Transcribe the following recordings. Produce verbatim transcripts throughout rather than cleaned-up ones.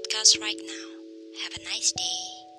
podcast right now. Have a nice day.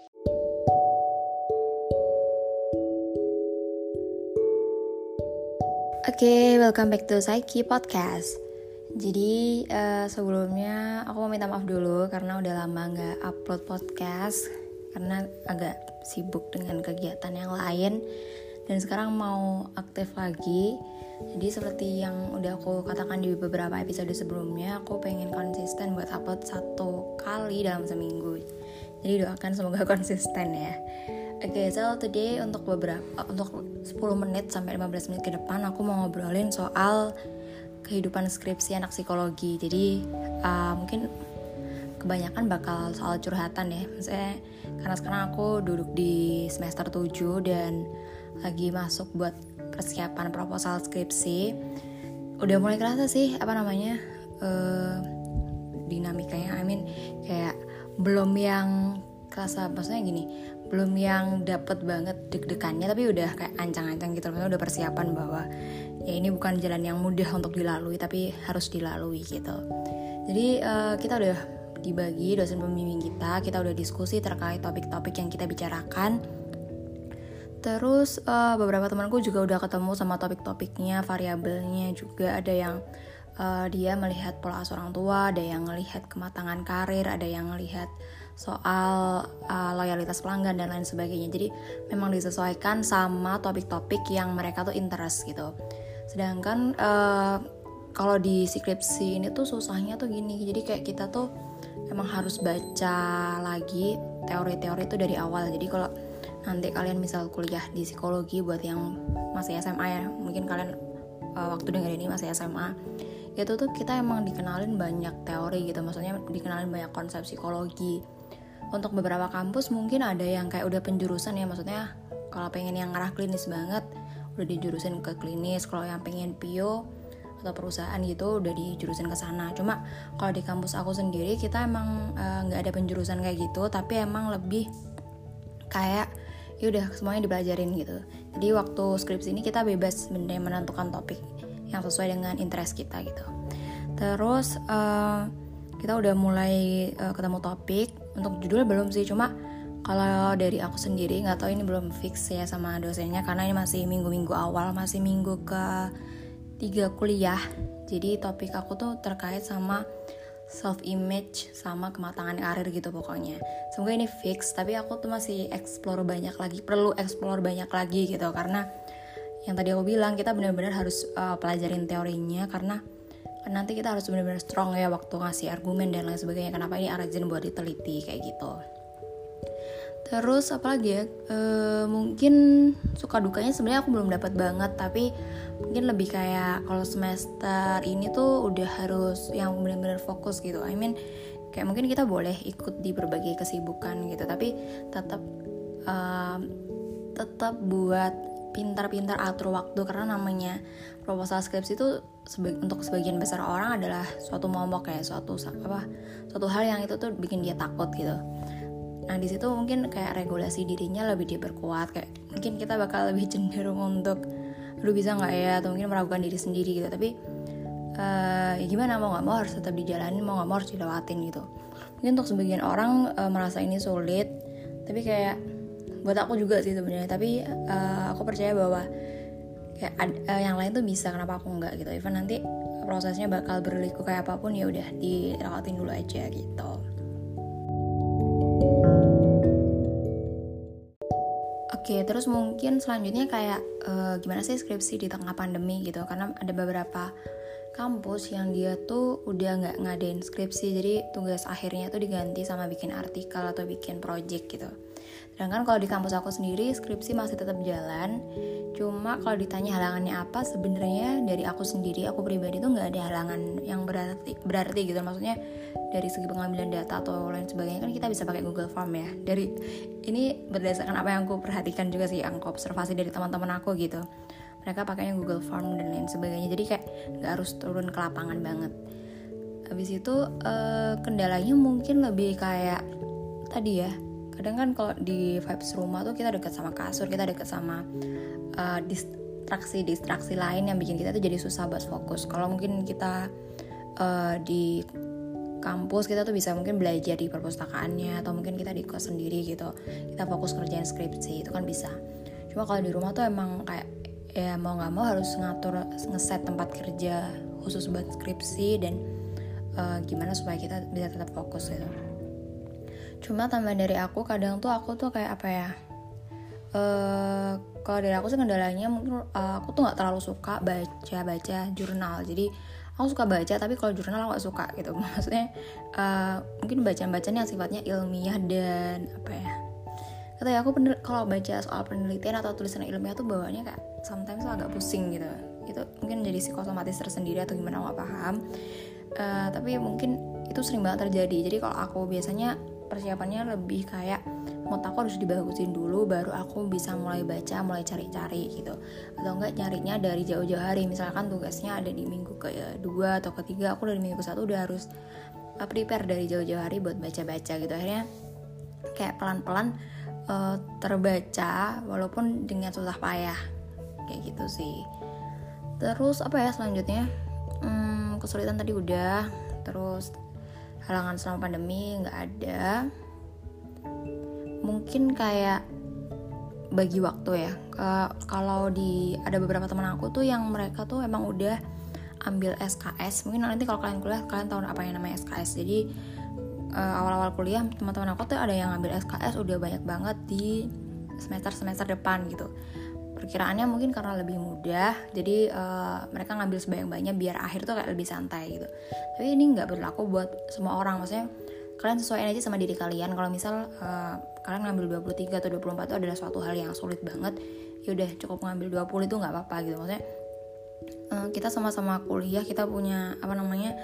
Oke, okay, welcome back to Psyche Podcast. Jadi uh, sebelumnya aku mau minta maaf dulu karena udah lama gak upload podcast karena agak sibuk dengan kegiatan yang lain. Dan sekarang mau aktif lagi. Jadi seperti yang udah aku katakan di beberapa episode sebelumnya, aku pengen konsisten buat upload satu kali dalam seminggu. Jadi doakan semoga konsisten ya. Oke, okay, so today untuk beberapa untuk sepuluh menit sampai lima belas menit ke depan aku mau ngobrolin soal kehidupan skripsi anak psikologi. Jadi uh, mungkin kebanyakan bakal soal curhatan ya. Maksudnya karena sekarang aku duduk di semester tujuh dan lagi masuk buat persiapan proposal skripsi. Udah mulai kerasa sih apa namanya uh, dinamikanya. I mean kayak belum yang kerasa, maksudnya gini, belum yang dapet banget deg-degannya, tapi udah kayak ancang-ancang gitu. Maksudnya udah persiapan bahwa ya ini bukan jalan yang mudah untuk dilalui, tapi harus dilalui gitu. Jadi uh, kita udah dibagi dosen pembimbing kita, kita udah diskusi terkait topik-topik yang kita bicarakan. Terus uh, beberapa temanku juga udah ketemu sama topik-topiknya, variabelnya juga. Ada yang uh, dia melihat pola asuh orang tua, ada yang melihat kematangan karir, ada yang melihat soal uh, loyalitas pelanggan dan lain sebagainya. Jadi memang disesuaikan sama topik-topik yang mereka tuh interest gitu. Sedangkan uh, kalau di skripsi ini tuh susahnya tuh gini. Jadi kayak kita tuh emang harus baca lagi teori-teori itu dari awal. Jadi kalau nanti kalian misal kuliah di psikologi buat yang masih S M A ya, mungkin kalian uh, waktu dengerin ini masih S M A, itu tuh kita emang dikenalin banyak teori gitu, maksudnya dikenalin banyak konsep psikologi. Untuk beberapa kampus mungkin ada yang kayak udah penjurusan ya, maksudnya kalau pengen yang ngarah klinis banget udah dijurusin ke klinis, kalau yang pengen P O atau perusahaan gitu udah dijurusin ke sana. Cuma kalau di kampus aku sendiri kita emang nggak uh, ada penjurusan kayak gitu, tapi emang lebih kayak ya udah semuanya dipelajarin gitu. Jadi waktu skripsi ini kita bebas sebenarnya menentukan topik yang sesuai dengan interest kita gitu. Terus uh, kita udah mulai uh, ketemu topik. Untuk judul belum sih, cuma kalau dari aku sendiri nggak tahu, ini belum fix ya sama dosennya karena ini masih minggu-minggu awal, masih minggu ke tiga kuliah. Jadi topik aku tuh terkait sama self image sama kematangan karir gitu pokoknya. Semoga ini fix, tapi aku tuh masih explore banyak lagi, perlu explore banyak lagi gitu, karena yang tadi aku bilang kita benar-benar harus uh, pelajarin teorinya, karena kan nanti kita harus benar-benar strong ya waktu ngasih argumen dan lain sebagainya. Kenapa ini urgent buat diteliti kayak gitu. Terus apalagi ya, e, mungkin suka dukanya sebenarnya aku belum dapat banget, tapi mungkin lebih kayak kalau semester ini tuh udah harus yang benar-benar fokus gitu. I mean kayak mungkin kita boleh ikut di berbagai kesibukan gitu, tapi tetap uh, tetap buat pintar-pintar atur waktu, karena namanya proposal skripsi itu seba- untuk sebagian besar orang adalah suatu momok ya, suatu apa suatu hal yang itu tuh bikin dia takut gitu. Nah di situ mungkin kayak regulasi dirinya lebih diperkuat, kayak mungkin kita bakal lebih cenderung untuk lu bisa nggak ya, atau mungkin meragukan diri sendiri gitu. Tapi uh, ya gimana, mau nggak mau harus tetap dijalanin, mau nggak mau harus dilewatin gitu. Mungkin untuk sebagian orang uh, merasa ini sulit, tapi kayak buat aku juga sih sebenarnya. Tapi uh, aku percaya bahwa kayak uh, yang lain tuh bisa, kenapa aku nggak gitu. Even nanti prosesnya bakal berliku kayak apapun, ya udah dilewatin dulu aja gitu. Oke, terus mungkin selanjutnya kayak uh, gimana sih skripsi di tengah pandemi gitu. Karena ada beberapa kampus yang dia tuh udah gak ngadain skripsi, jadi tugas akhirnya tuh diganti sama bikin artikel atau bikin project gitu. Sedangkan kalau di kampus aku sendiri skripsi masih tetap jalan. Cuma kalau ditanya halangannya apa, sebenarnya dari aku sendiri, aku pribadi tuh gak ada halangan yang berarti, berarti gitu. Maksudnya dari segi pengambilan data atau lain sebagainya kan kita bisa pakai Google Form ya. Dari ini berdasarkan apa yang aku perhatikan juga sih, aku observasi dari teman-teman aku gitu. Mereka pakainya Google Form dan lain sebagainya. Jadi kayak nggak harus turun ke lapangan banget. Habis itu eh, kendalanya mungkin lebih kayak tadi ya. Kadang kan kalau di vibes rumah tuh kita dekat sama kasur, kita dekat sama uh, distraksi-distraksi lain yang bikin kita tuh jadi susah buat fokus. Kalau mungkin kita uh, di kampus kita tuh bisa mungkin belajar di perpustakaannya, atau mungkin kita di kos sendiri gitu, kita fokus kerjain skripsi, itu kan bisa. Cuma kalau di rumah tuh emang kayak ya mau nggak mau harus ngatur, ngeset tempat kerja khusus buat skripsi dan uh, gimana supaya kita bisa tetap fokus gitu. Cuma tambahan dari aku, kadang tuh aku tuh kayak apa ya, uh, kalau dari aku sih kendalanya mungkin uh, aku tuh nggak terlalu suka baca-baca jurnal. Jadi aku suka baca, tapi kalau jurnal aku nggak suka gitu. Maksudnya uh, mungkin bacaan-bacaan yang sifatnya ilmiah dan apa ya, kata ya aku penel- kalau baca soal penelitian atau tulisan ilmiah tuh bawaannya kayak sometimes agak pusing gitu. Itu mungkin jadi psikosomatis tersendiri atau gimana, nggak paham. Uh, tapi mungkin itu sering banget terjadi. Jadi kalau aku biasanya persiapannya lebih kayak mood aku harus dibagusin dulu, baru aku bisa mulai baca, mulai cari-cari gitu. Atau enggak nyarinya dari jauh-jauh hari, misalkan tugasnya ada di minggu kedua atau ketiga, aku dari minggu satu udah harus uh, prepare dari jauh-jauh hari buat baca-baca gitu. Akhirnya kayak pelan-pelan uh, terbaca walaupun dengan susah payah kayak gitu sih. Terus apa ya selanjutnya, hmm, kesulitan tadi udah, terus halangan selama pandemi nggak ada. Mungkin kayak bagi waktu ya, Ke, kalau di ada beberapa teman aku tuh yang mereka tuh emang udah ambil S K S. Mungkin nanti kalau kalian kuliah kalian tahu apa yang namanya S K S. Jadi uh, awal-awal kuliah teman-teman aku tuh ada yang ngambil S K S udah banyak banget di semester-semester depan gitu. Perkiraannya mungkin karena lebih mudah, jadi uh, mereka ngambil sebanyak-banyaknya biar akhir tuh kayak lebih santai gitu. Tapi ini nggak berlaku buat semua orang. Maksudnya kalian sesuaiin aja sama diri kalian. Kalau misal uh, kalian ngambil dua puluh tiga atau dua puluh empat itu adalah suatu hal yang sulit banget, ya udah cukup ngambil dua puluh itu nggak apa-apa gitu. Maksudnya uh, kita sama-sama kuliah, kita punya apa namanya,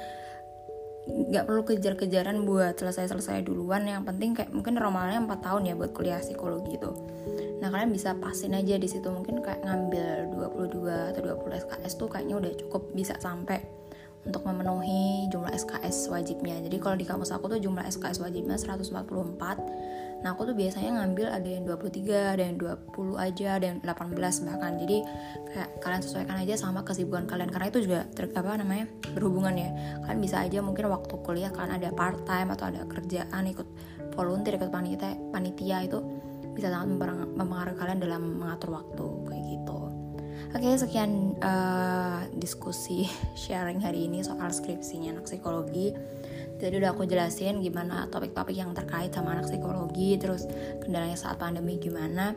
nggak perlu kejar-kejaran buat selesai-selesai duluan. Yang penting kayak mungkin normalnya empat tahun ya buat kuliah psikologi itu. Nah kalian bisa pasin aja di situ, mungkin kayak ngambil dua puluh dua atau dua puluh S K S tuh kayaknya udah cukup bisa sampai untuk memenuhi jumlah S K S wajibnya. Jadi kalau di kampus aku tuh jumlah S K S wajibnya seratus empat puluh empat. Nah aku tuh biasanya ngambil ada yang dua puluh tiga, ada yang dua puluh aja, ada yang delapan belas bahkan. Jadi kayak kalian sesuaikan aja sama kesibukan kalian, karena itu juga ter- apa namanya berhubungan ya. Kalian bisa aja mungkin waktu kuliah kalian ada part time atau ada kerjaan, ikut volunteer, ikut panitia, panitia itu bisa sangat mempengaruhi kalian dalam mengatur waktu kayak gitu. Oke, sekian uh, diskusi sharing hari ini soal skripsinya anak psikologi. Jadi udah aku jelasin gimana topik-topik yang terkait sama anak psikologi, terus kendalanya saat pandemi gimana.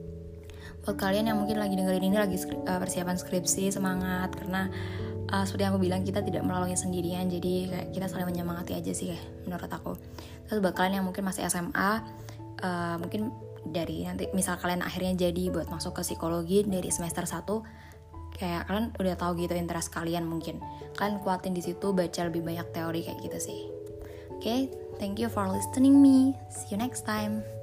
Buat kalian yang mungkin lagi dengerin ini lagi skri- uh, persiapan skripsi, semangat, karena uh, seperti yang aku bilang kita tidak melalui sendirian, jadi kayak kita saling menyemangati aja sih kayak menurut aku. Terus buat kalian yang mungkin masih S M A, uh, mungkin dari nanti misal kalian akhirnya jadi buat masuk ke psikologi dari semester satu, kayak kalian udah tahu gitu interest kalian, mungkin kalian kuatin di situ, baca lebih banyak teori kayak gitu sih. Oke, okay, thank you for listening me. See you next time.